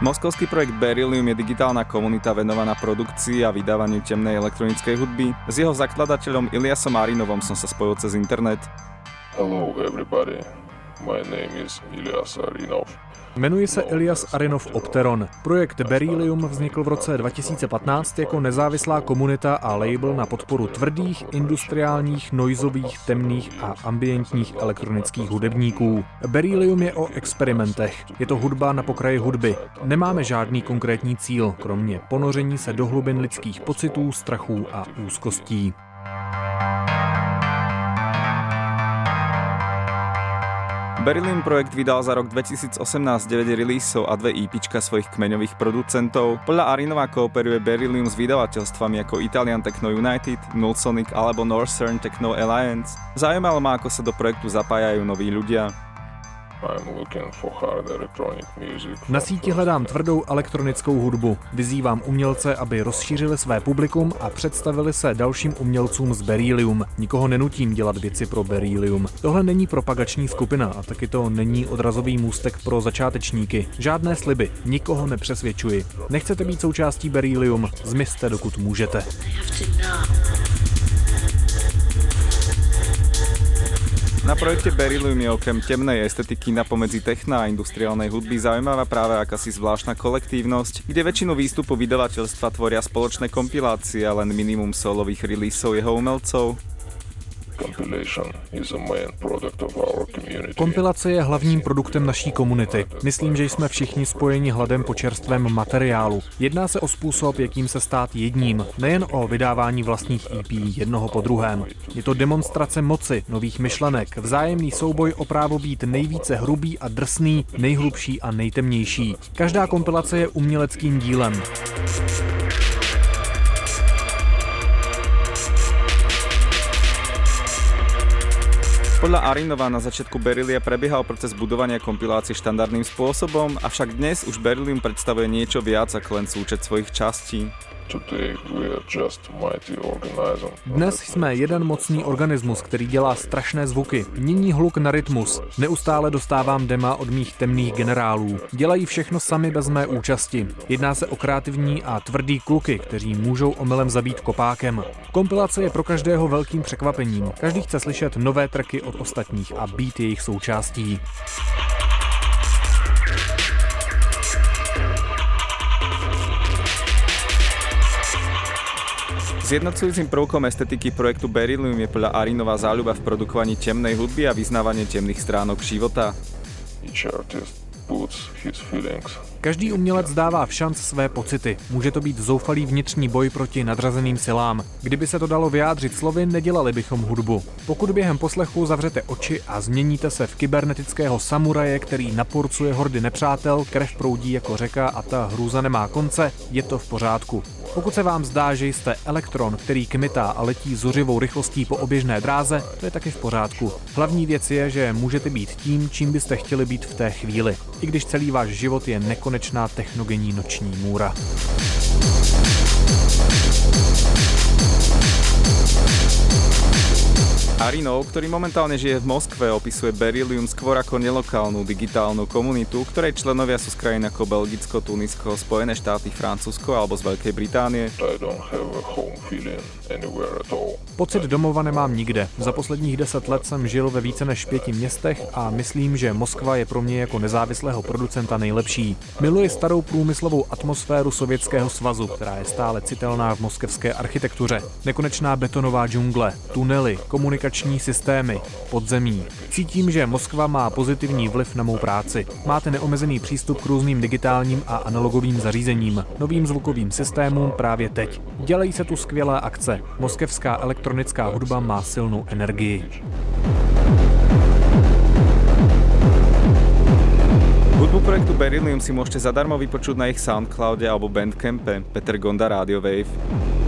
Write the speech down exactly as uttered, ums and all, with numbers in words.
Moskovský projekt Beryllium je digitálna komunita venovaná produkcii a vydávaniu temnej elektronickej hudby. S jeho zakladateľom Iliasom Arinovom som sa spojil cez internet. Hello everybody, my name is Ilias Arinov. Jmenuji se Ilias Arinov Opteron. Projekt Beryllium vznikl v roce dva tisíce patnáct jako nezávislá komunita a label na podporu tvrdých, industriálních, noizových, temných a ambientních elektronických hudebníků. Beryllium je o experimentech. Je to hudba na pokraji hudby. Nemáme žádný konkrétní cíl, kromě ponoření se do hlubin lidských pocitů, strachů a úzkostí. Beryllium projekt vydal za rok dvetisícosemnásť deväť releaseov a dve EPčka svojich kmeňových producentov. Podľa Arinova kooperuje Beryllium s vydavateľstvami ako Italian Techno United, Nullsonic alebo Northern Techno Alliance. Zaujímalo ma, ako sa do projektu zapájajú noví ľudia. Na síti hledám tvrdou elektronickou hudbu. Vyzývám umělce, aby rozšířili své publikum a představili se dalším umělcům z Beryllium. Nikoho nenutím dělat věci pro Beryllium. Tohle není propagační skupina a taky to není odrazový můstek pro začátečníky. Žádné sliby, nikoho nepřesvědčuji. Nechcete být součástí Beryllium? Zmizte, dokud můžete. Na projekte Beryllium je okrem temnej estetiky napomedzi techna a industriálnej hudby zaujímavá práve akási zvláštna kolektívnosť, kde väčšinu výstupu vydavateľstva tvoria spoločné kompilácie a len minimum solových releaseov jeho umelcov. Kompilace je hlavním produktem naší komunity. Myslím, že jsme všichni spojeni hladem po čerstvém materiálu. Jedná se o způsob, jakým se stát jedním, nejen o vydávání vlastních E P jednoho po druhém. Je to demonstrace moci, nových myšlenek, vzájemný souboj o právo být nejvíce hrubý a drsný, nejhlubší a nejtemnější. Každá kompilace je uměleckým dílem. Podľa Arinova na začiatku Beryllia prebiehal proces budovania kompilácie štandardným spôsobom, avšak dnes už Beryllium predstavuje niečo viac ako len súčet svojich častí. Dnes jsme jeden mocný organismus, který dělá strašné zvuky, mění hluk na rytmus. Neustále dostávám dema od mých temných generálů. Dělají všechno sami bez mé účasti. Jedná se o kreativní a tvrdý kluky, kteří můžou omylem zabít kopákem. Kompilace je pro každého velkým překvapením. Každý chce slyšet nové tracky od ostatních a být jejich součástí. Zjednocujúcim prvkom estetiky projektu Beryllium je podľa Arinova záľuba v produkovaní temnej hudby a vyznávanie temných stránok života. Každý umělec dává v šanc své pocity. Může to být zoufalý vnitřní boj proti nadřazeným silám. Kdyby se to dalo vyjádřit slovy, nedělali bychom hudbu. Pokud během poslechu zavřete oči a změníte se v kybernetického samuraje, který naporcuje hordy nepřátel, krev proudí jako řeka a ta hrůza nemá konce, je to v pořádku. Pokud se vám zdá, že jste elektron, který kmitá a letí zuřivou rychlostí po oběžné dráze, to je taky v pořádku. Hlavní věc je, že můžete být tím, čím byste chtěli být v té chvíli, i když celý váš život je nekonečná technogenní noční můra. Arinov, ktorý momentálne žije v Moskve, opisuje Beryllium skôr ako nelokálnu digitálnu komunitu, ktorej členovia sú z krajín ako Belgicko, Tunisko, Spojené štáty, Francúzsko alebo z Veľkej Británie. Pocit domova nemám nikde. Za posledních deset let jsem žil ve více než pěti městech a myslím, že Moskva je pro mě jako nezávislého producenta nejlepší. Miluji starou průmyslovou atmosféru Sovětského svazu, která je stále citelná v moskevské architektuře. Nekonečná betonová džungle, tunely, komunikační systémy, podzemí. Cítím, že Moskva má pozitivní vliv na mou práci. Máte neomezený přístup k různým digitálním a analogovým zařízením, novým zvukovým systémům právě teď. Dělají se tu skvělé akce. Moskevská elektronická hudba má silnou energii. Hudbu projektu Beryllium si môžete zadarmo vypočuť na ich Soundcloude alebo Bandcampe. Peter Gonda, Radio Wave.